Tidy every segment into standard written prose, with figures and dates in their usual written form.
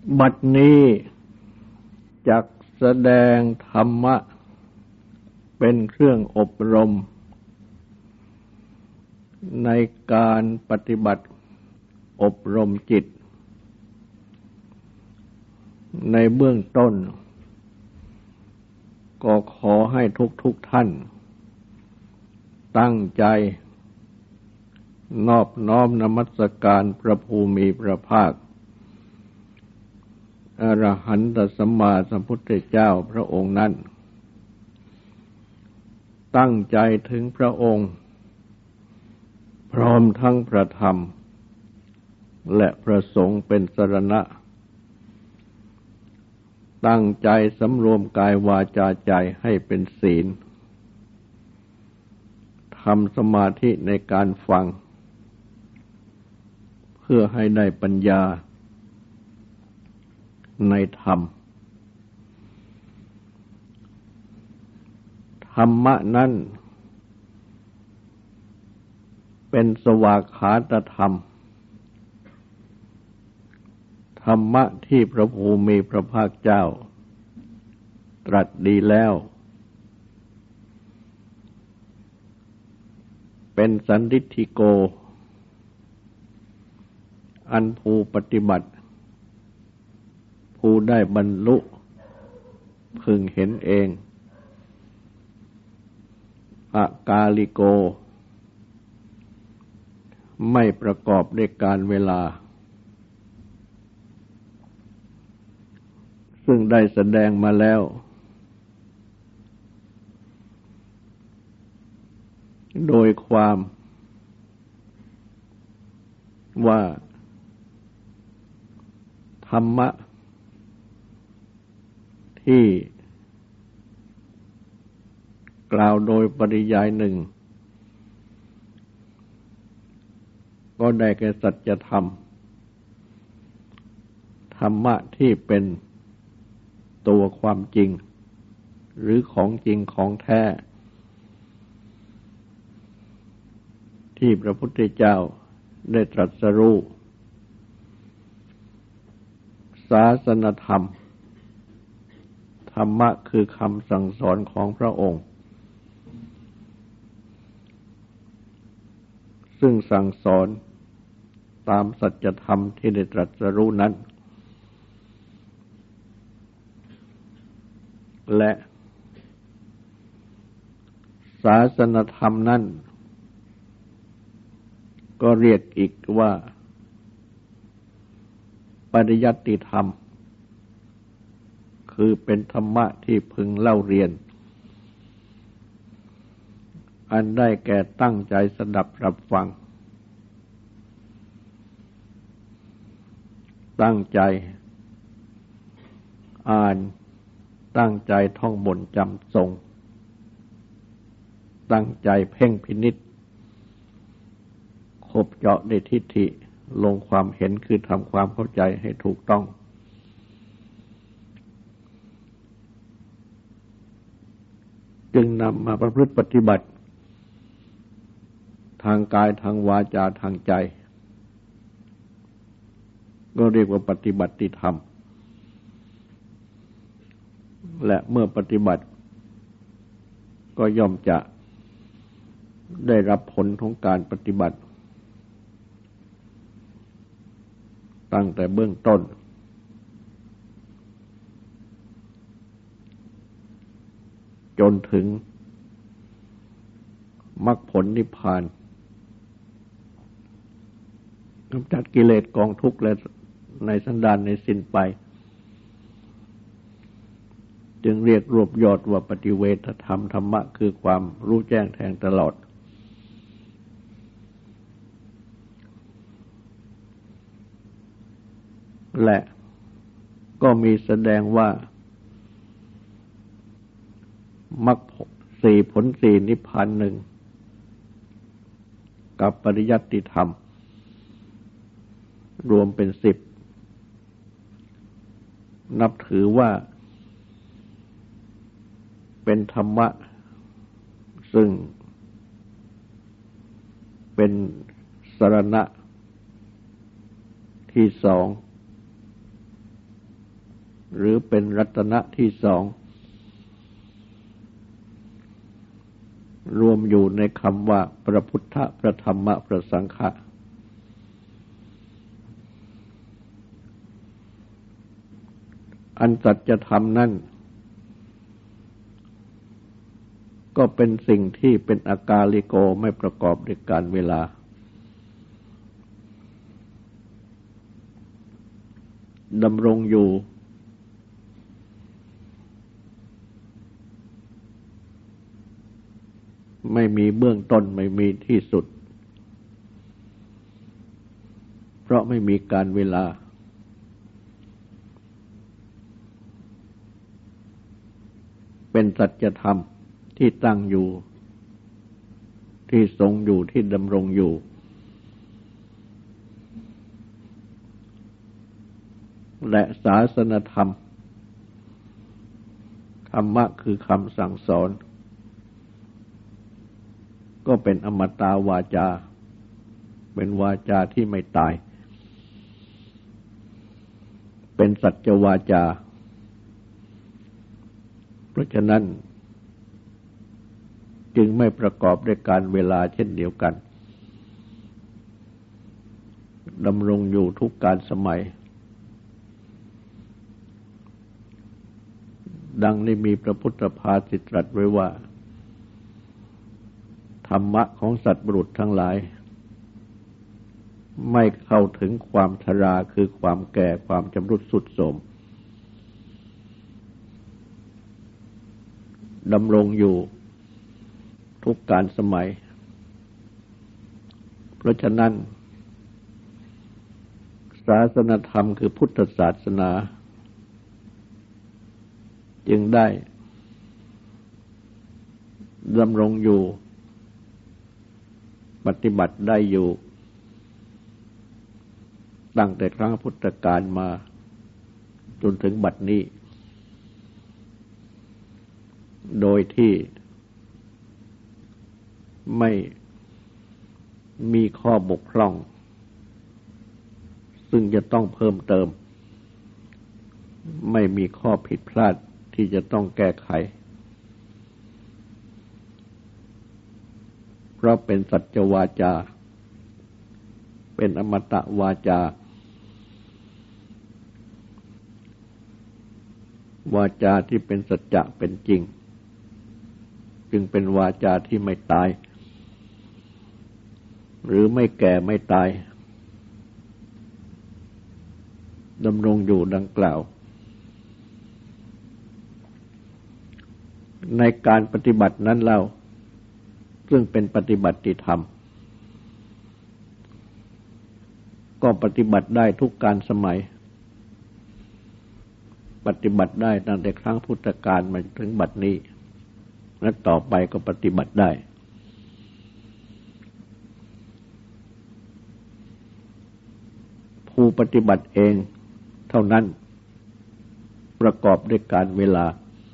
บัดนี้จักแสดงธรรมะเป็นเครื่องอบรมในการปฏิบัติอบรมจิตในเบื้องต้นก็ขอให้ทุกท่านตั้งใจนอบน้อมนมัสการพระภูมิพระภาคอรหันตสัมมาสัมพุทธเจ้าพระองค์นั้นตั้งใจถึงพระองค์พร้อมทั้งพระธรรมและพระสงฆ์เป็นสรณะตั้งใจสำรวมกายวาจาใจให้เป็นศีลทำสมาธิในการฟังเพื่อให้ได้ปัญญาในธรรมธรรมะนั้นเป็นสวากขาตธรรมธรรมะที่พระภูมิพระภาคเจ้าตรัสดีแล้วเป็นสันทิฏฐิโกอันผู้ปฏิบัติผู้ได้บรรลุพึงเห็นเองอากาลิโกไม่ประกอบด้วยการเวลาซึ่งได้แสดงมาแล้วโดยความว่าธรรมะที่กล่าวโดยปริยายหนึ่งก็ได้แก่สัจธรรมธรรมะที่เป็นตัวความจริงหรือของจริงของแท้ที่พระพุทธเจ้าได้ตรัสรู้ศาสนธรรมธรรมะคือคำสั่งสอนของพระองค์ซึ่งสั่งสอนตามสัจธรรมที่ได้ตรัสรู้นั้นและศาสนธรรมนั้นก็เรียกอีกว่าปริยัติธรรมคือเป็นธรรมะที่พึงเล่าเรียนอันได้แก่ตั้งใจสดับรับฟังตั้งใจอ่านตั้งใจท่องบนจำทรงตั้งใจเพ่งพินิจคบเจาะในทิฏฐิลงความเห็นคือทำความเข้าใจให้ถูกต้องจึงนำมาประพฤติปฏิบัติทางกายทางวาจาทางใจก็เรียกว่าปฏิบัติธรรมและเมื่อปฏิบัติก็ย่อมจะได้รับผลของการปฏิบัติตั้งแต่เบื้องต้นจนถึงมรรคผลนิพพานกำจัดกิเลสกองทุกข์และในสันดานในสิ้นไปจึงเรียกรวบยอดว่าปฏิเวทธรรมธรรมะคือความรู้แจ้งแทงตลอดและก็มีแสดงว่ามรรคสี่ผลสี่นิพพานหนึ่งกับปริยัติธรรมรวมเป็น10นับถือว่าเป็นธรรมะซึ่งเป็นสรณะที่สองหรือเป็นรัตนะที่สองรวมอยู่ในคำว่าพระพุทธพระธรรมพระสังฆะอันสัจธรรมนั่นก็เป็นสิ่งที่เป็นอากาลิโกไม่ประกอบด้วยการเวลาดำรงอยู่ไม่มีเบื้องต้นไม่มีที่สุดเพราะไม่มีการเวลาเป็นสัจธรรมที่ตั้งอยู่ที่ทรงอยู่ที่ดำรงอยู่และศาสนธรรมธรรมะคือคำสั่งสอนก็เป็นอมตะวาจาเป็นวาจาที่ไม่ตายเป็นสัจวาจาเพราะฉะนั้นจึงไม่ประกอบด้วยการเวลาเช่นเดียวกันดำรงอยู่ทุกกาลสมัยดังได้มีพระพุทธภาษิตตรัสไว้ว่าธรรมะของสัตว์บุรุษทั้งหลายไม่เข้าถึงความชราคือความแก่ความชำรุดทรุดโทรมดำรงอยู่ทุกกาลสมัยเพราะฉะนั้นศาสนธรรมคือพุทธศาสนาจึงได้ดำรงอยู่ปฏิบัติได้อยู่ตั้งแต่ครั้งพุทธกาลมาจนถึงบัดนี้โดยที่ไม่มีข้อบกพร่องซึ่งจะต้องเพิ่มเติมไม่มีข้อผิดพลาดที่จะต้องแก้ไขเพราะเป็นสัจวาจาเป็นอมตะวาจาวาจาที่เป็นสัจจะเป็นจริงจึงเป็นวาจาที่ไม่ตายหรือไม่แก่ไม่ตายดำรงอยู่ดังกล่าวในการปฏิบัตินั้นเล่าซึ่งเป็นปฏิบัติธรรมก็ปฏิบัติได้ทุกการสมัยปฏิบัติได้ตั้งแต่ครั้งพุทธกาลมาถึงบัดนี้และต่อไปก็ปฏิบัติได้ผู้ปฏิบัติเองเท่านั้นประกอบด้วยการเวลา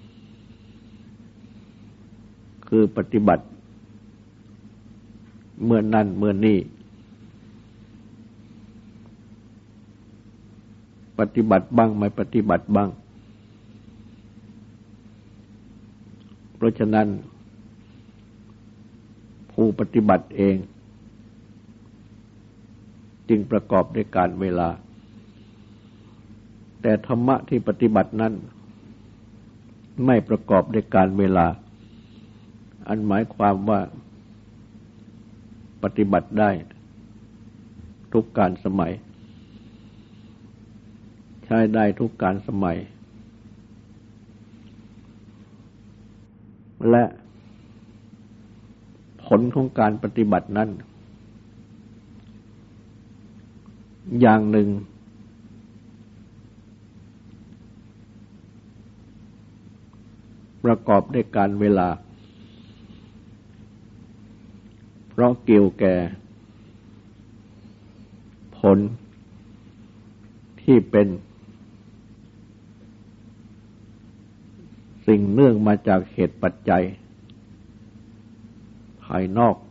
คือปฏิบัติเมื่อนั้นเมื่อนี้ปฏิบัติบ้างไม่ปฏิบัติบ้างเพราะฉะนั้นผู้ปฏิบัติเองจึงประกอบด้วยการเวลาแต่ธรรมะที่ปฏิบัตินั้นไม่ประกอบด้วยการเวลาอันหมายความว่าปฏิบัติได้ทุกการสมัยใช้ได้ทุกการสมัยและผลของการปฏิบัตินั้นอย่างหนึ่งประกอบด้วยการเวลาเพราะเกี่ยวแก่ผลที่เป็นสิ่งเนื่องมาจากเหตุปัจจัยภายนอก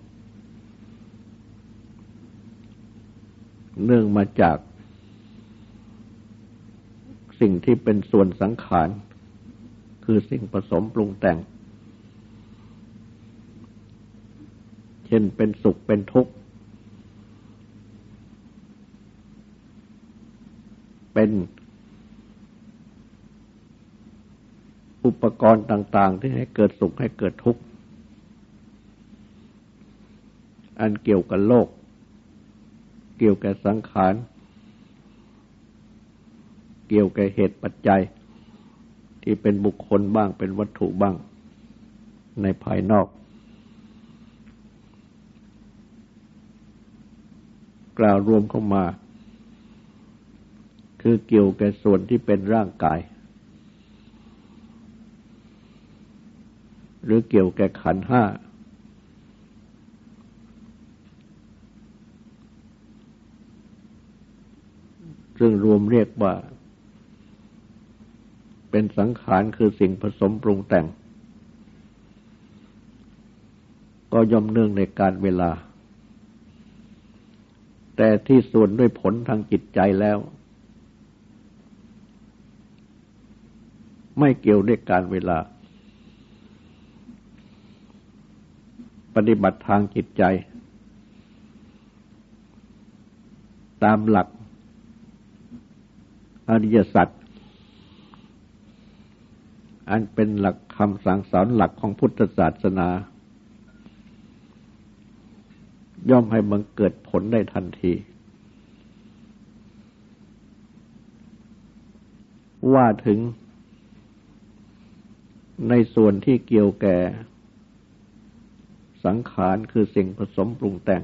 เนื่องมาจากสิ่งที่เป็นส่วนสังขารคือสิ่งผสมปรุงแต่งเช่นเป็นสุขเป็นทุกข์เป็นอุปกรณ์ต่างๆที่ให้เกิดสุขให้เกิดทุกข์อันเกี่ยวกับโลกเกี่ยวกับสังขารเกี่ยวกับเหตุปัจจัยที่เป็นบุคคลบ้างเป็นวัตถุบ้างในภายนอกกล่าวรวมเข้ามาคือเกี่ยวกับส่วนที่เป็นร่างกายหรือเกี่ยวกับขันธ์ห้าซึ่งรวมเรียกว่าเป็นสังขารคือสิ่งผสมปรุงแต่งก็ย่อมเนื่องในการเวลาแต่ที่ส่วนด้วยผลทางจิตใจแล้วไม่เกี่ยวด้วยการเวลาปฏิบัติทางจิตใจตามหลักอริยสัจอันเป็นหลักคำสั่งสอนหลักของพุทธศาสนาย่อมให้บังเกิดผลได้ทันทีว่าถึงในส่วนที่เกี่ยวแก่สังขารคือสิ่งผสมปรุงแต่ง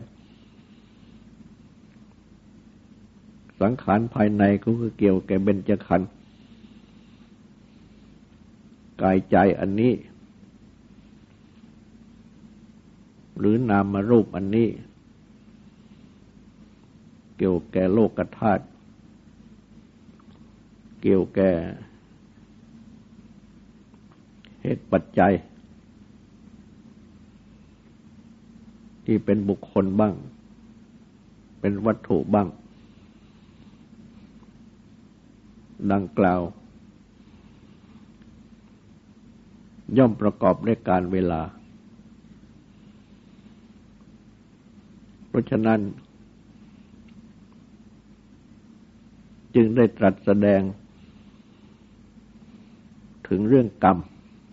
สังขารภายในก็คือเกี่ยวแก่เบญจขันธ์กายใจอันนี้หรือนามรูปอันนี้เกี่ยวแก่โลกธาตุเกี่ยวแก่เหตุปัจจัยที่เป็นบุคคลบ้างเป็นวัตถุบ้างดังกล่าวย่อมประกอบด้วยการเวลาเพราะฉะนั้นจึงได้ตรัสแสดงถึงเรื่องกรรม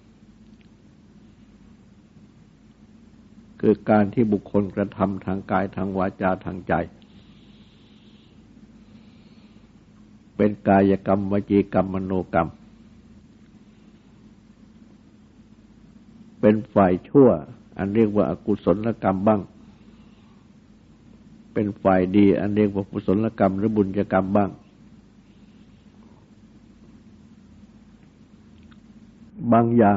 คือการที่บุคคลกระทำทางกายทางวาจาทางใจเป็นกายกรรมวจีกรรมมโนกรรมเป็นฝ่ายชั่วอันเรียกว่าอกุศลกรรมบ้างเป็นฝ่ายดีอันเรียกว่ากุศลกรรมหรือบุญกรรมบ้างบางอย่าง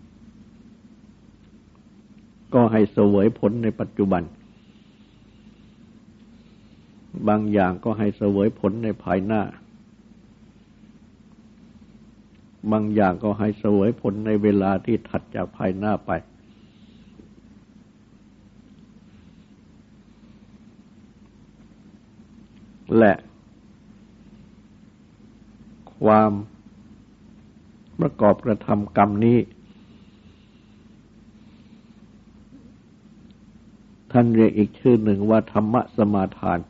ก็ให้เสวยผลในปัจจุบันบางอย่างก็ให้เสวยผลในภายหน้าบางอย่างก็ให้เสวยผลในเวลาที่ถัดจากภายหน้าไปและความประกอบกระทำกรรมนี้ท่านเรียกอีกชื่อหนึ่งว่าธรรมสมาทาน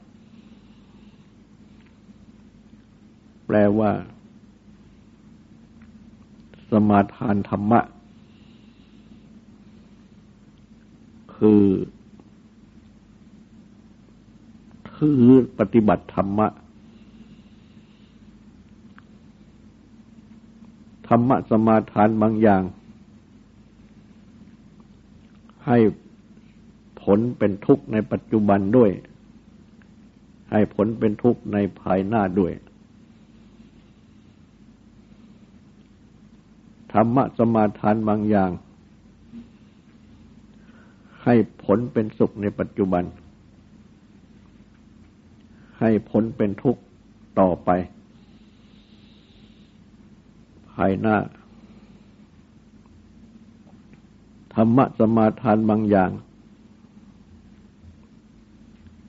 แปลว่าสมาทานธรรมะคือถือปฏิบัติธรรมะธรรมะสมาทานบางอย่างให้ผลเป็นทุกข์ในปัจจุบันด้วยให้ผลเป็นทุกข์ในภายหน้าด้วยธรรมะสมาทานบางอย่างให้ผลเป็นสุขในปัจจุบันให้ผลเป็นทุกข์ต่อไปภายหน้าธรรมะสมาทานบางอย่าง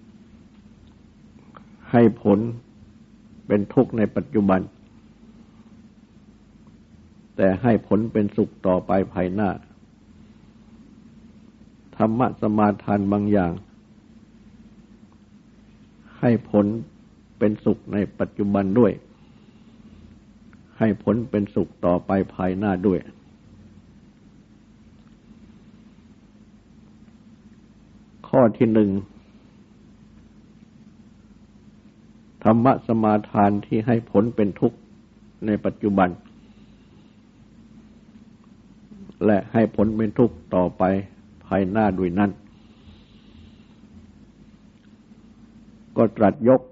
ให้ผลเป็นทุกข์ในปัจจุบันแต่ให้ผลเป็นสุขต่อไปภายหน้าธรรมะสมาทานบางอย่างให้ผลเป็นสุขในปัจจุบันด้วยให้ผลเป็นสุขต่อไปภายหน้าด้วยข้อที่หนึ่งธรรมะสมาทานที่ให้ผลเป็นทุกข์ในปัจจุบันและให้ผลเป็นทุกข์ต่อไปภายหน้าด้วยนั้นก็ตรัสยก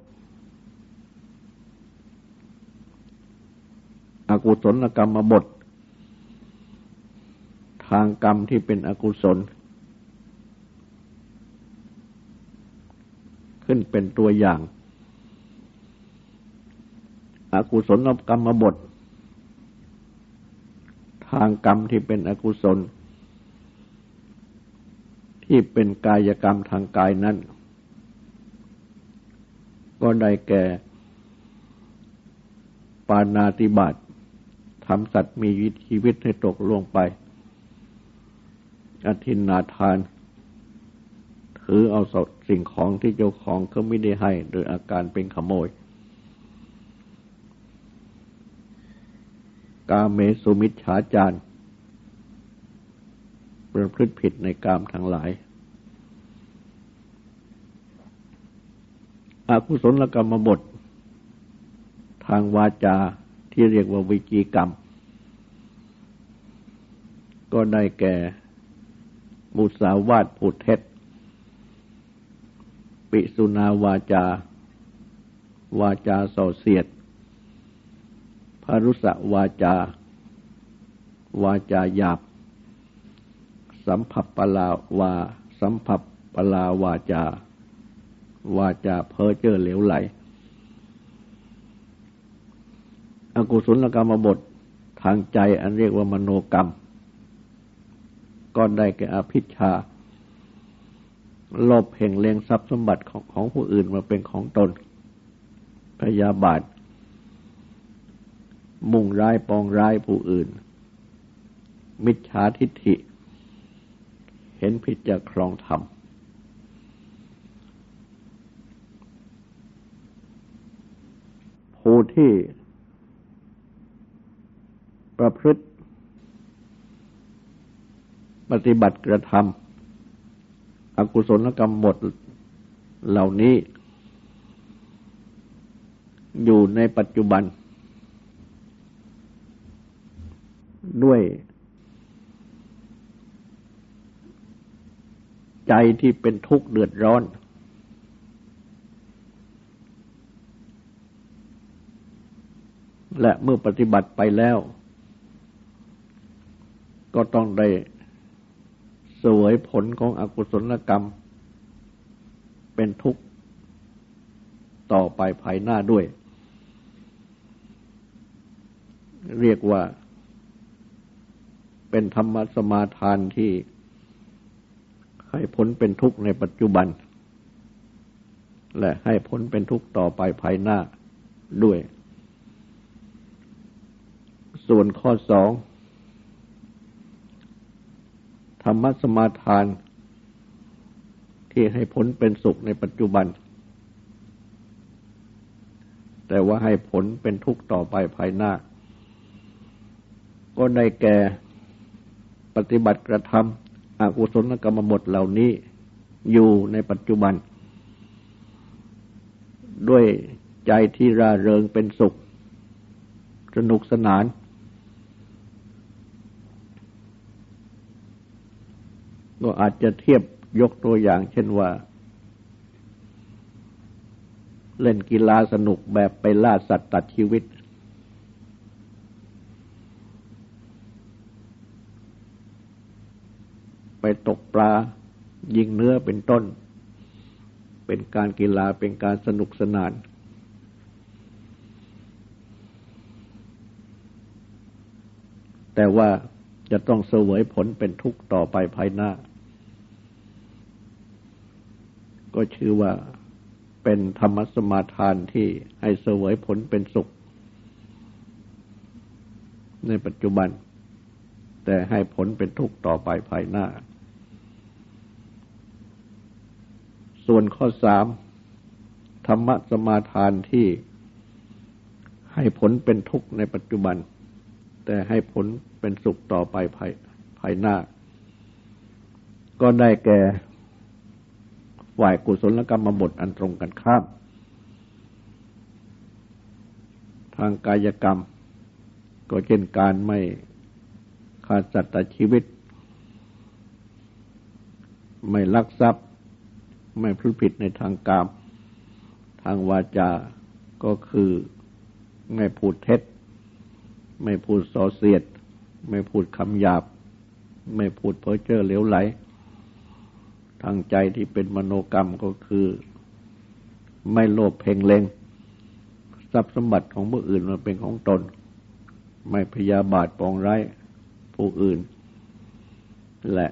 อกุศลกรรมบททางกรรมที่เป็นอกุศลขึ้นเป็นตัวอย่างอกุศลกรรมบททางกรรมที่เป็นอกุศลที่เป็นกายกรรมทางกายนั้นก็ได้แก่ปาณาติบาตทำสัตว์มีชีวิตให้ตกลงไปอทินนาทานถือเอาสิ่งของที่เจ้าของเขาไม่ได้ให้โดยอาการเป็นขโมยกาเมสุมิจฉาจารประพฤติผิดในกามทั้งหลายอกุศลกรรมบททางวาจาที่เรียกว่าวิจีกรรมก็ได้แก่มุสาวาทพูดเท็จปิสุนาวาจาวาจาส่อเสียดพรุสวาจาวาจาหยาบสัมผัสปลาวาจาวาจาเพ้อเจ้อเหลวไหลอกุศลกรรมบททางใจอันเรียกว่ามโนกรรมก็ได้แก่อภิชฌาโลภเพ่งเล็งทรัพย์สมบัติของผู้อื่นมาเป็นของตนพยาบาทมุ่งร้ายปองร้ายผู้อื่นมิจฉาทิฏฐิเห็นผิดจากครองธรรมผู้ที่ประพฤติปฏิบัติกระทำอกุศลกรรมบทเหล่านี้อยู่ในปัจจุบันด้วยใจที่เป็นทุกข์เดือดร้อนและเมื่อปฏิบัติไปแล้วก็ต้องได้เสวยผลของอกุศลกรรมเป็นทุกข์ต่อไปภายหน้าด้วยเรียกว่าเป็นธรรมสมาทานที่ให้ผลเป็นทุกข์ในปัจจุบันและให้ผลเป็นทุกข์ต่อไปภายหน้าด้วยส่วนข้อสองธรรมสมาทานที่ให้ผลเป็นสุขในปัจจุบันแต่ว่าให้ผลเป็นทุกข์ต่อไปภายหน้าก็ได้แก่ปฏิบัติกระทำอกุศลกรรมบทเหล่านี้อยู่ในปัจจุบันด้วยใจที่ร่าเริงเป็นสุขสนุกสนานก็อาจจะเทียบยกตัวอย่างเช่นว่าเล่นกีฬาสนุกแบบไปล่าสัตว์ตัดชีวิตไปตกปลายิงเนื้อเป็นต้นเป็นการกีฬาเป็นการสนุกสนานแต่ว่าจะต้องเสวยผลเป็นทุกข์ต่อไปภายหน้าก็ชื่อว่าเป็นธรรมสมาทานที่ให้เสวยผลเป็นสุขในปัจจุบันแต่ให้ผลเป็นทุกข์ต่อไปภายหน้าส่วนข้อ3ธรรมะสมาทานที่ให้ผลเป็นทุกข์ในปัจจุบันแต่ให้ผลเป็นสุขต่อไปภายหน้าก็ได้แก่ฝ่ายกุศลกรรมบทอันตรงกันข้ามทางกายกรรมก็เช่นการไม่ฆ่าสัตว์ตัดชีวิตไม่ลักทรัพย์ไม่พูดผิดในทางกามทางวาจาก็คือไม่พูดเท็จไม่พูดส่อเสียดไม่พูดคำหยาบไม่พูดเพ้อเจ้อเหลวไหลทางใจที่เป็นมโนกรรมก็คือไม่โลภเพ่งเล็งทรัพย์สมบัติของผู้อื่นมาเป็นของตนไม่พยาบาทปองร้ายผู้อื่นและ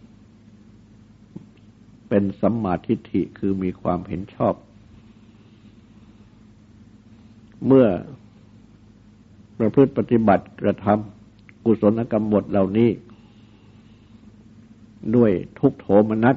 เป็นสัมมาทิฏฐิคือมีความเห็นชอบเมื่อประพฤติปฏิบัติกระทำกุศลกรรมบทเหล่านี้ด้วยทุกโทมนัส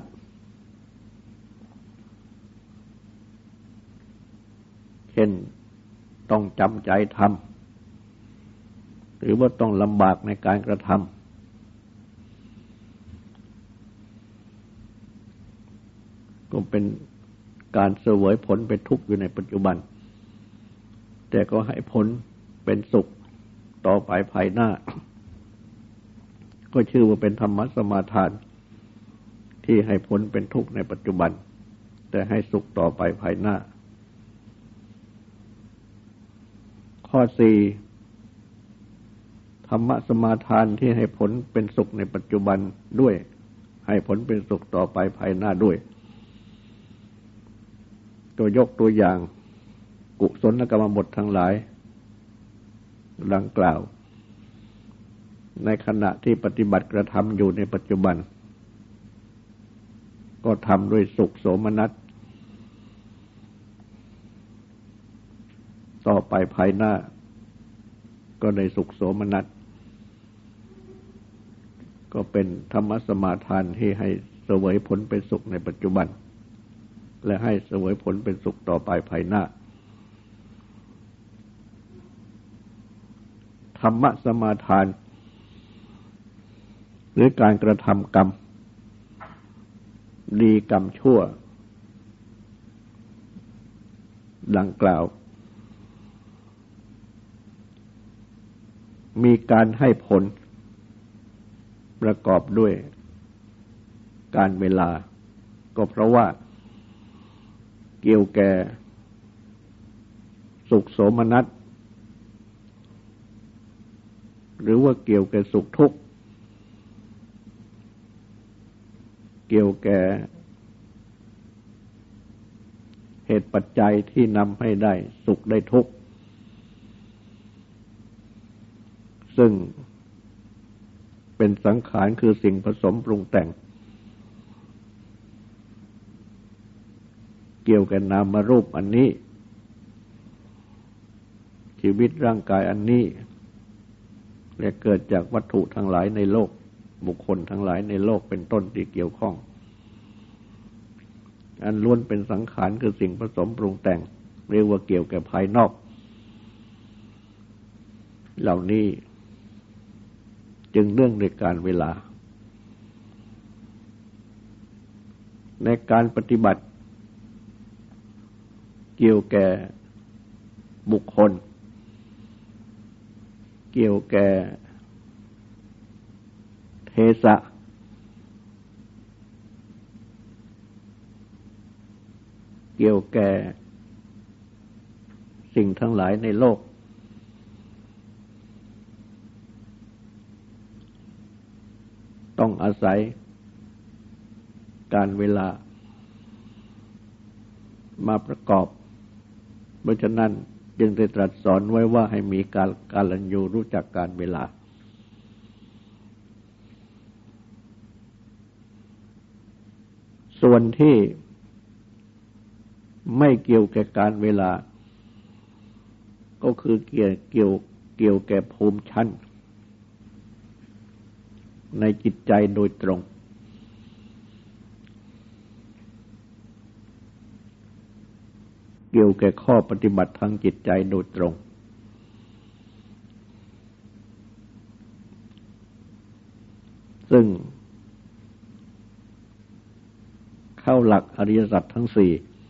เช่นต้องจำใจทำหรือว่าต้องลำบากในการกระทำก็เป็นการเสวยผลเป็นทุกข์อยู่ในปัจจุบันแต่ก็ให้ผลเป็นสุขต่อไปภายหน้าก็ชื่อว่าเป็นธรรมสมาทานที่ให้ผลเป็นทุกข์ในปัจจุบันแต่ให้สุขต่อไปภายหน้าข้อ4ธรรมสมาทานที่ให้ผลเป็นสุขในปัจจุบันด้วยให้ผลเป็นสุขต่อไปภายหน้าด้วยตัวยกตัวอย่างกุศลกรรมบททั้งหลายดังกล่าวในขณะที่ปฏิบัติกระทำอยู่ในปัจจุบันก็ทำด้วยสุขโสมนัสต่อไปภายหน้าก็ได้สุขโสมนัสก็เป็นธรรมสมาทานที่ให้เสวยผลเป็นสุขในปัจจุบันและให้เสวยผลเป็นสุขต่อไปภายหน้าธรรมสมาทานหรือการกระทำกรรมดีกรรมชั่วดังกล่าวมีการให้ผลประกอบด้วยการเวลาก็เพราะว่าเกี่ยวแก่สุขโสมนัสหรือว่าเกี่ยวแก่สุขทุกข์เกี่ยวแก่เหตุปัจจัยที่นำให้ได้สุขได้ทุกข์ซึ่งเป็นสังขารคือสิ่งผสมปรุงแต่งเกี่ยวกับนามรูปอันนี้ชีวิตร่างกายอันนี้และเกิดจากวัตถุทั้งหลายในโลกบุคคลทั้งหลายในโลกเป็นต้นที่เกี่ยวข้องอันล้วนเป็นสังขารคือสิ่งผสมปรุงแต่งเรียกว่าเกี่ยวกับภายนอกเหล่านี้จึงเนื่องด้วยการเวลาในการปฏิบัติเกี่ยวแก่บุคคลเกี่ยวแก่เทสะเกี่ยวแก่สิ่งทั้งหลายในโลกต้องอาศัยการเวลามาประกอบเพราะฉะนั้นจึงได้ตรัสสอนไว้ว่าให้มีการกตัญญูรู้จักการเวลาส่วนที่ไม่เกี่ยวกับการเวลาก็คือเกี่ยวแก่ภูมิชั้นในจิตใจโดยตรงเกี่ยวแก่ข้อปฏิบัติทางจิตใจโดยตรงซึ่งเข้าหลักอริยสัจทั้งสี่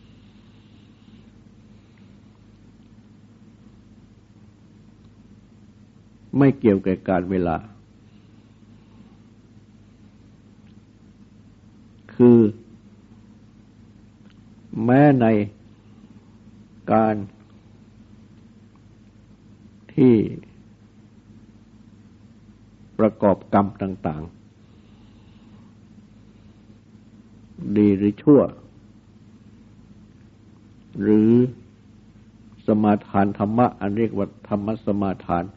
ไม่เกี่ยวกับการเวลาคือแม้ในการที่ประกอบกรรมต่างๆดีหรือชั่วหรือสมาทานธรรมะอันเรียกว่าธรรมสมาทาน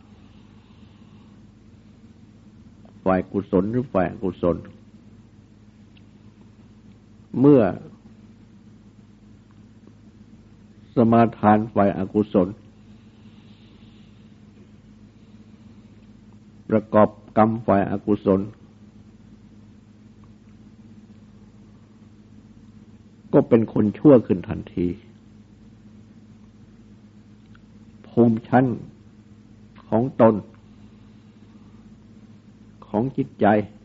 ฝ่ายกุศลหรือฝ่ายอกุศลเมื่อสมาทานฝ่ายอกุศลประกอบกรรมฝ่ายอกุศลก็เป็นคนชั่วขึ้นทันทีภูมิชั้นของตนของจิตใจ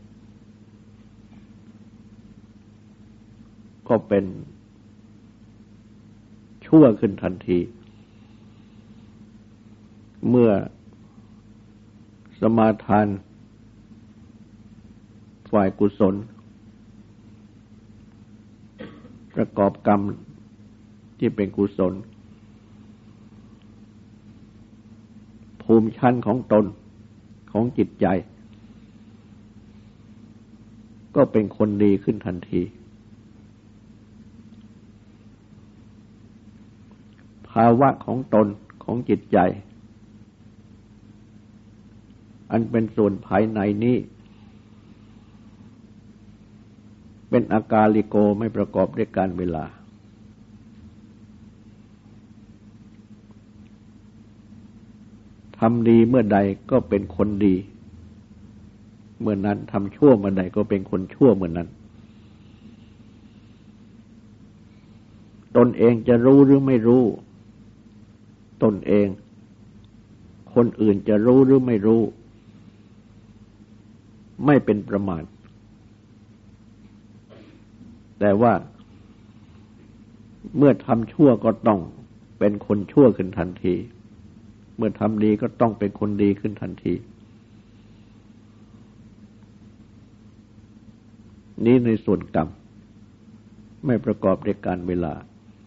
ก็เป็นชั่วขึ้นทันทีเมื่อสมาทานฝ่ายกุศลประกอบกรรมที่เป็นกุศลภูมิชั้นของตนของจิตใจก็เป็นคนดีขึ้นทันทีภาวะของตนของจิตใจอันเป็นส่วนภายในนี้เป็นอากาลิโกไม่ประกอบด้วยการเวลาทำดีเมื่อใดก็เป็นคนดีเมื่อนั้นทำชั่วเมื่อใดก็เป็นคนชั่วเมื่อนั้นตนเองจะรู้หรือไม่รู้ตนเองคนอื่นจะรู้หรือไม่รู้ไม่เป็นประมาทแต่ว่าเมื่อทำชั่วก็ต้องเป็นคนชั่วขึ้นทันทีเมื่อทำดีก็ต้องเป็นคนดีขึ้นทันทีนี้ในส่วนกรรมไม่ประกอบด้วยการเวลา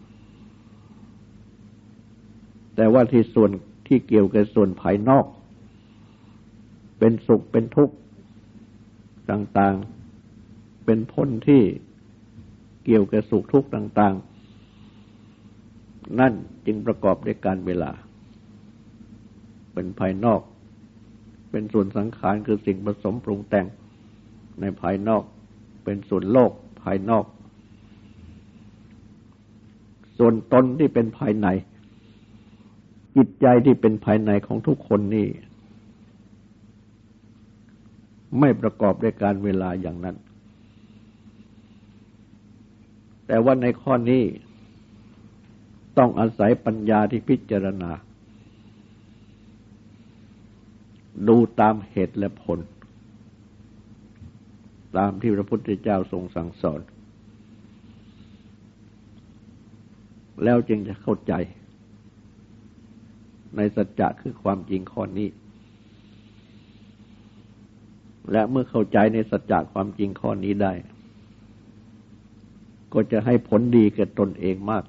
แต่ว่าที่ส่วนที่เกี่ยวกับส่วนภายนอกเป็นสุขเป็นทุกข์ต่างๆเป็นผลที่เกี่ยวกับสุขทุกข์ต่างๆนั่นจึงประกอบด้วยการเวลาเป็นภายนอกเป็นส่วนสังขารคือสิ่งผสมปรุงแต่งในภายนอกเป็นส่วนโลกภายนอกส่วนตนที่เป็นภายในจิตใจที่เป็นภายในของทุกคนนี่ไม่ประกอบด้วยการเวลาอย่างนั้นแต่ว่าในข้อนี้ต้องอาศัยปัญญาที่พิจารณาดูตามเหตุและผลตามที่พระพุทธเจ้าทรงสั่งสอนแล้วจึงจะเข้าใจในสัจจะคือความจริงข้อนี้และเมื่อเข้าใจในสัจจะความจริงข้อนี้ได้ก็จะให้ผลดีแก่ตนเองมาก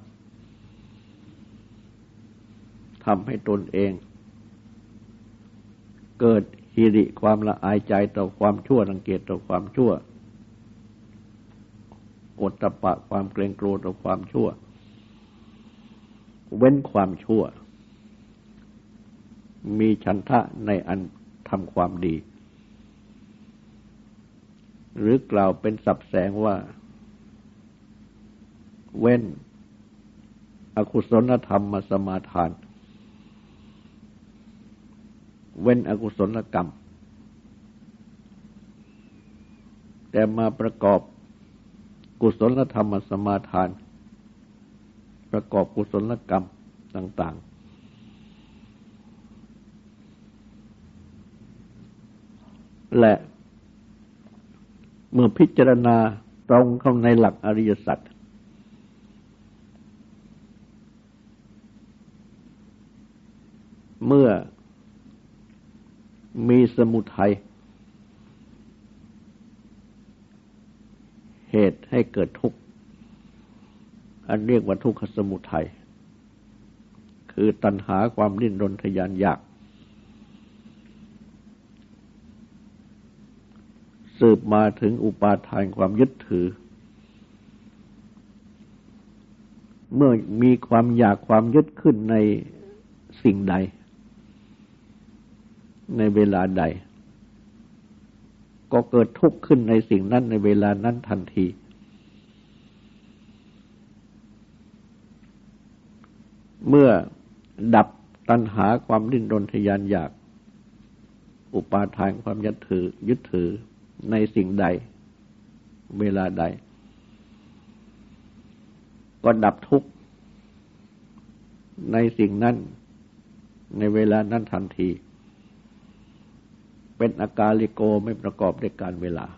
ทำให้ตนเองเกิดหิริความละอายใจต่อความชั่วรังเกียจต่อความชั่วโอตตัปปะความเกรงกลัวต่อความชั่วเว้นความชั่วมีฉันทะในอันทำความดีหรือกล่าวเป็นศัพท์แสงว่าเว้นอกุศลธรรมมาสมาทานเว้นอกุศลกรรมแต่มาประกอบกุศลธรรมสมาทานประกอบกุศลกรรมต่างๆและเมื่อพิจารณาตรงเข้าในหลักอริยสัจเมื่อมีสมุทัยเหตุให้เกิดทุกข์อันเรียกว่าทุกขสมุทัยคือตัณหาความดิ้นรนทะยานอยากสืบมาถึงอุปาทานความยึดถือเมื่อมีความอยากความยึดขึ้นในสิ่งใดในเวลาใดก็เกิดทุกข์ขึ้นในสิ่งนั้นในเวลานั้นทันทีเมื่อดับตัณหาความดิ้นรนทะยานอยากอุปาทานความยึดถือในสิ่งใดเวลาใดก็ดับทุกข์ในสิ่งนั้นในเวลานั้นทันทีเป็นอากาลิโกไม่ประกอบด้วยการเวลา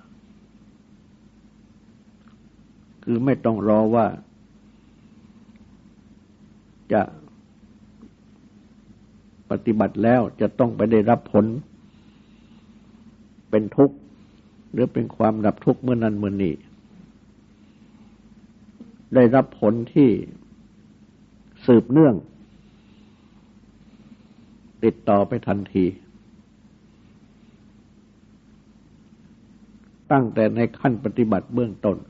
คือไม่ต้องรอว่าจะปฏิบัติแล้วจะต้องไปได้รับผลเป็นทุกข์หรือเป็นความดับทุกข์เมื่อนั้นเมื่อนี้ได้รับผลที่สืบเนื่องติดต่อไปทันทีตั้งแต่ในขั้นปฏิบัติเบื้องต้น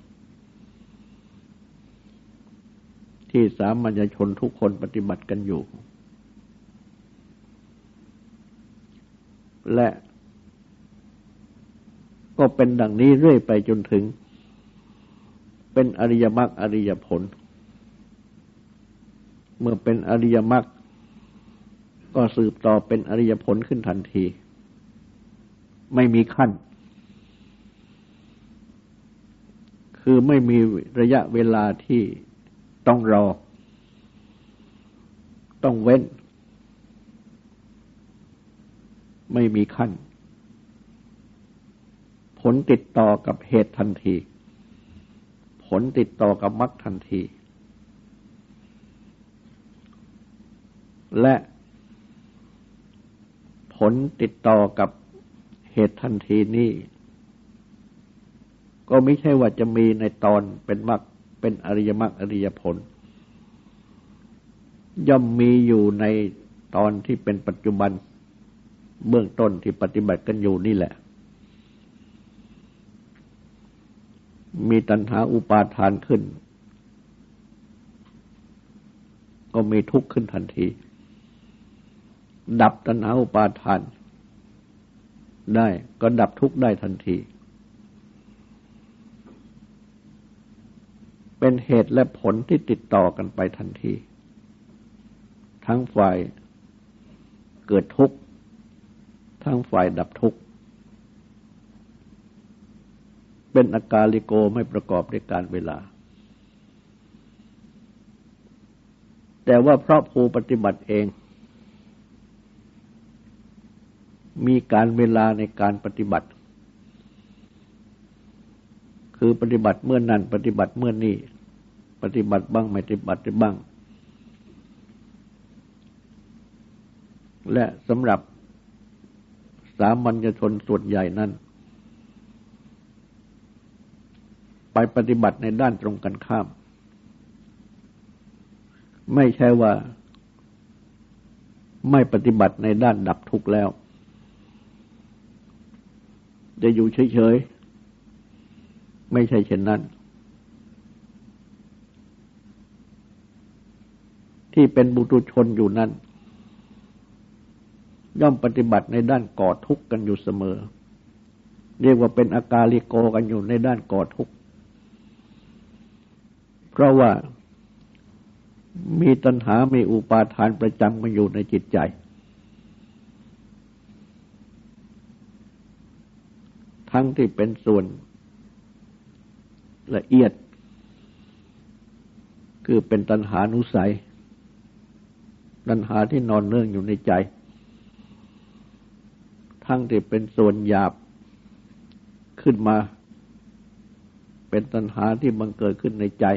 ที่สามัญชนทุกคนปฏิบัติกันอยู่และก็เป็นดังนี้เรื่อยไปจนถึงเป็นอริยมรรคอริยผลเมื่อเป็นอริยมรรคก็สืบต่อเป็นอริยผลขึ้นทันทีไม่มีขั้นคือไม่มีระยะเวลาที่ต้องรอต้องเว้นไม่มีขั้นผลติดต่อกับเหตุทันทีผลติดต่อกับมรรคทันทีและผลติดต่อกับเหตุทันทีนี้ก็ไม่ใช่ว่าจะมีในตอนเป็นมรรคเป็นอริยมรรคอริยผลย่อมมีอยู่ในตอนที่เป็นปัจจุบันเบื้องต้นที่ปฏิบัติกันอยู่นี่แหละมีตัณหาอุปาทานขึ้นก็มีทุกข์ขึ้นทันทีดับตัณหาอุปาทานได้ก็ดับทุกข์ได้ทันทีเป็นเหตุและผลที่ติดต่อกันไปทันทีทั้งฝ่ายเกิดทุกข์ทั้งฝ่ายดับทุกข์เป็นอากาลิโกไม่ประกอบด้วยการเวลาแต่ว่าเพราะผู้ปฏิบัติเองมีการเวลาในการปฏิบัติคือปฏิบัติเมื่อนั้นปฏิบัติเมื่อนี้ปฏิบัติบ้างไม่ปฏิบัติบ้างและสำหรับสามัญชนส่วนใหญ่นั้นไปปฏิบัติในด้านตรงกันข้ามไม่ใช่ว่าไม่ปฏิบัติในด้านดับทุกข์แล้วจะอยู่เฉยๆไม่ใช่เช่นนั้นที่เป็นบุตุชนอยู่นั้นย่อมปฏิบัติในด้านก่อทุกข์กันอยู่เสมอเรียกว่าเป็นอากาลิโกกันอยู่ในด้านก่อทุกข์เพราะว่ามีตัณหามีอุปาทานประจำกันอยู่ในจิตใจทั้งที่เป็นส่วนละเอียดคือเป็นตัณหานุสัยตัณหาที่นอนเนื่องอยู่ในใจทั้งที่เป็นส่วนหยาบขึ้นมาเป็นตัณหาที่บังเกิดขึ้นในใจ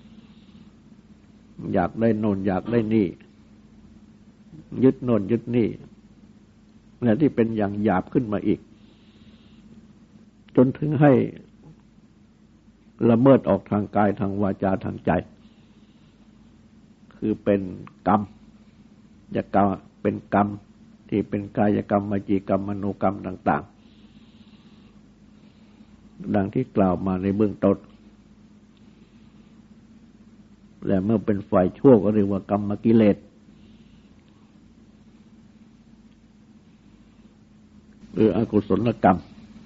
อยากได้โน่นอยากได้นี่ยึดโน่นยึดนี่และที่เป็นอย่างหยาบขึ้นมาอีกจนถึงให้ละเมิดออกทางกายทางวาจาทางใจคือเป็นกรรมจะกรรมเป็นกรรมที่เป็นกายกรรมวจีกรรมมโนกรรมต่างๆดังที่กล่าวมาในเบื้องต้นและเมื่อเป็นฝ่ายชั่วก็เรียกว่ากรรมกิเลสหรืออกุศลกรรม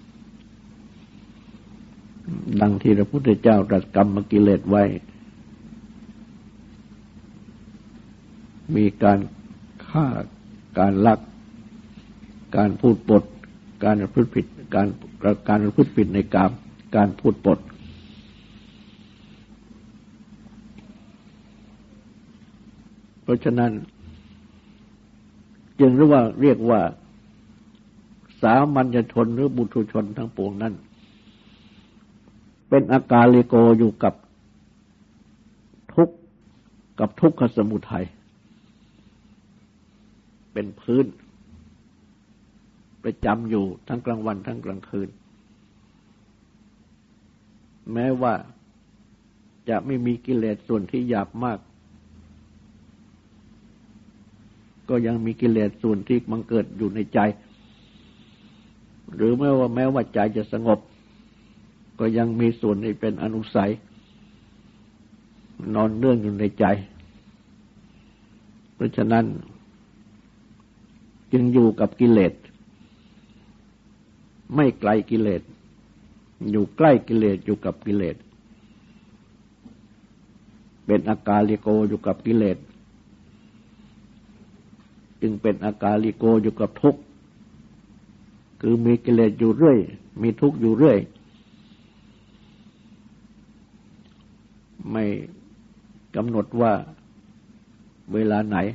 ดังที่พระพุทธเจ้าตรัสกรรมกิเลสไว้มีการฆ่าการลักการพูดปดการประพฤติผิดการประพฤติผิดในกามการพูดปดเพราะฉะนั้นจึงเรียกว่าสามัญชนหรือบุถุชนทั้งปวงนั้นเป็นอากาลิโกอยู่กับทุกขสมุทัยเป็นพื้นประจำอยู่ทั้งกลางวันทั้งกลางคืนแม้ว่าจะไม่มีกิเลสส่วนที่หยาบมากก็ยังมีกิเลสส่วนที่บังเกิดอยู่ในใจหรือแม้ว่าใจจะสงบก็ยังมีส่วนที่เป็นอนุสัยนอนเนื่องอยู่ในใจเพราะฉะนั้นจึงอยู่กับกิเลสไม่ไกลกิเลสอยู่ใกล้กิเลสอยู่กับกิเลสเป็นอากาลิโกอยู่กับกิเลสจึงเป็นอากาลิโกอยู่กับทุกข์คือมีกิเลสอยู่เรื่อยมีทุกข์อยู่เรื่อยไม่กำหนดว่าเวลาไหน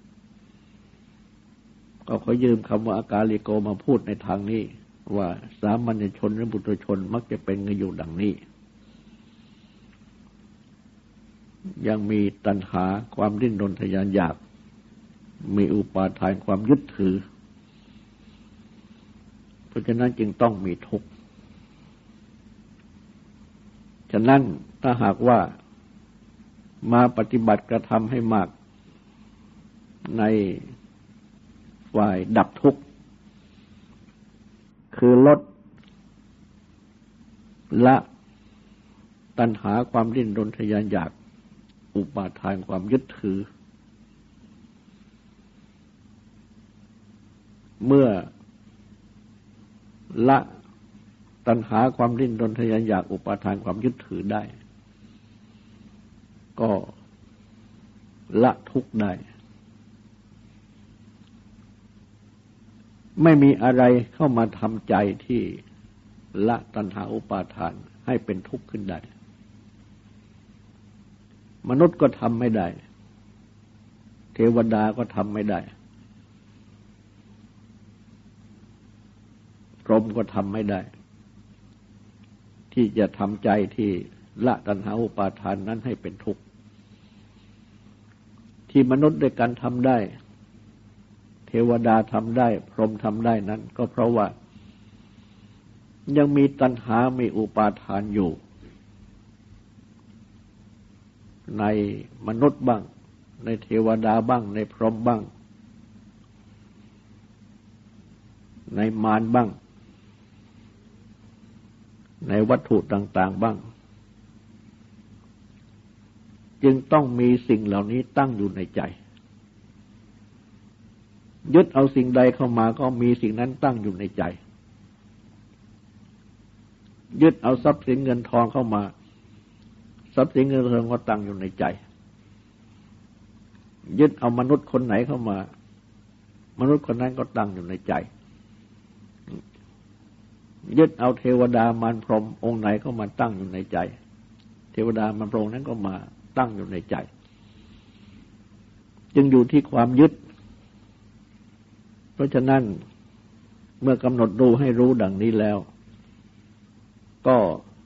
ก็ขอยืมคำว่าอากาลิโกมาพูดในทางนี้ว่าสามัญชนหรือบุตุชนมักจะเป็นกันอยู่ดังนี้ยังมีตัณหาความดิ้นรนทะยานอยากมีอุปาทานความยึดถือเพราะฉะนั้นจึงต้องมีทุกข์ฉะนั้นถ้าหากว่ามาปฏิบัติกระทำให้มากในฝ่ายดับทุกข์คือลดละตัณหาความดิ้นรนทะยานอยากอุปาทานความยึดถือเมื่อละตัณหาความดิ้นรนทะยานอยากอุปาทานความยึดถือได้ก็ละทุกข์ได้ไม่มีอะไรเข้ามาทำใจที่ละตัณหาอุปาทานให้เป็นทุกข์ขึ้นได้มนุษย์ก็ทำไม่ได้เทวดาก็ทำไม่ได้พรหมก็ทำไม่ได้ที่จะทำใจที่ละตัณหาอุปาทานนั้นให้เป็นทุกข์ที่มนุษย์ด้วยกันทำได้เทวดาทำได้พรหมทำได้นั้นก็เพราะว่ายังมีตัณหามีอุปาทานอยู่ในมนุษย์บ้างในเทวดาบ้างในพรหมบ้างในมารบ้างในวัตถุต่างๆบ้างจึงต้องมีสิ่งเหล่านี้ตั้งอยู่ในใจยึดเอาสิ่งใดเข้ามาก็มีสิ่งนั้นตั้งอยู่ในใจยึดเอาทรัพย์สินเงินทองเข้ามาทรัพย์สินเงินทองก็ตั้งอยู่ในใจยึดเอามนุษย์คนไหนเข้ามามนุษย์คนนั้นก็ตั้งอยู่ในใจยึดเอาเทวดามารพรหมองค์ไหนเข้ามาตั้งอยู่ในใจเทวดามันพระองค์นั้นก็มาตั้งอยู่ในใจจึงอยู่ที่ความยึดเพราะฉะนั้นเมื่อกำหนดดูให้รู้ดังนี้แล้วก็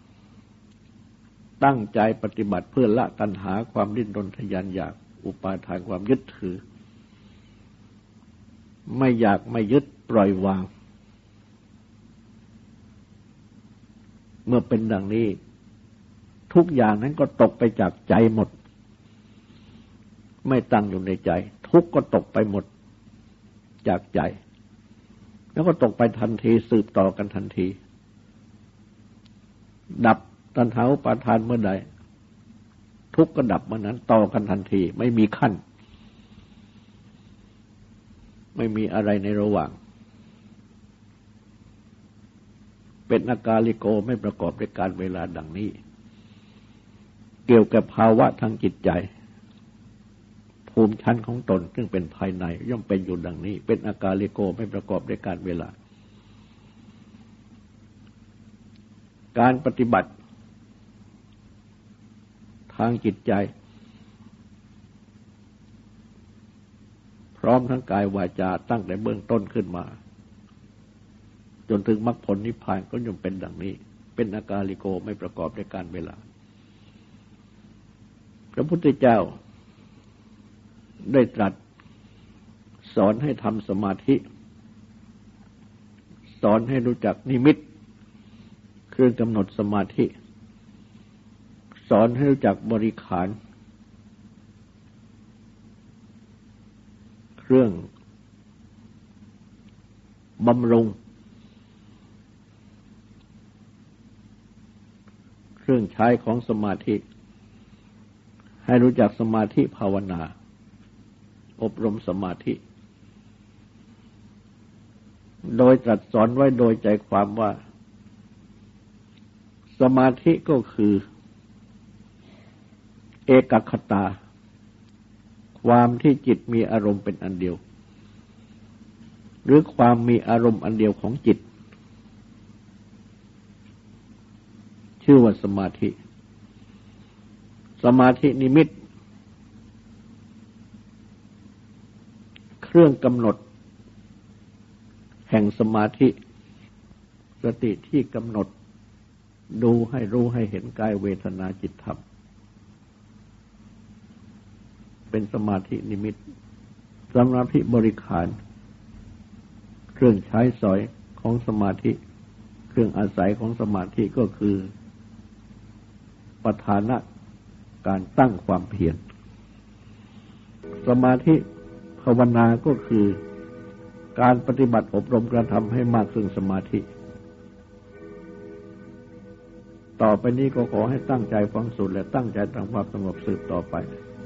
ตั้งใจปฏิบัติเพื่อละตัณหาความดิ้นรนทะยานอยากอุปาทานความยึดถือไม่อยากไม่ยึดปล่อยวางเมื่อเป็นดังนี้ทุกอย่างนั้นก็ตกไปจากใจหมดไม่ตั้งอยู่ในใจทุกก็ตกไปหมดจากใจแล้วก็ตกไปทันทีสืบต่อกันทันทีดับตัณหาอุปาทานเมื่อใดทุกข์ก็ดับเมื่อนั้นต่อกันทันทีไม่มีขั้นไม่มีอะไรในระหว่างเป็นอากาลิโกไม่ประกอบด้วยการเวลาดังนี้เกี่ยวกับภาวะทางจิตใจภูมิชั้นของตนซึ่งเป็นภายในย่อมเป็นอยู่ดังนี้เป็นอากาลิโกไม่ประกอบด้วยการเวลาการปฏิบัติทางจิตใจพร้อมทั้งกายวาจาตั้งแต่เบื้องต้นขึ้นมาจนถึงมรรคผลนิพพานก็ย่อมเป็นดังนี้เป็นอากาลิโกไม่ประกอบด้วยการเวลาพระพุทธเจ้าได้ตรัสสอนให้ทำสมาธิสอนให้รู้จักนิมิตเครื่องกำหนดสมาธิสอนให้รู้จักบริขารเครื่องบำรุงเครื่องใช้ของสมาธิให้รู้จักสมาธิภาวนาอบรมสมาธิโดยตรัสสอนไว้โดยใจความว่าสมาธิก็คือเอกคตาความที่จิตมีอารมณ์เป็นอันเดียวหรือความมีอารมณ์อันเดียวของจิตชื่อว่าสมาธิสมาธินิมิตเครื่องกำหนดแห่งสมาธิสติที่กำหนดดูให้รู้ให้เห็นกายเวทนาจิตธรรมเป็นสมาธินิมิตสมาธิบริขารเครื่องใช้สอยของสมาธิเครื่องอาศัยของสมาธิก็คือประธานะการตั้งความเพียรสมาธิภาวนาก็คือการปฏิบัติอบรมกระทำให้มากซึ่งสมาธิต่อไปนี้ก็ขอให้ตั้งใจฟังสูตรและตั้งใจทำความสงบสืบต่อไป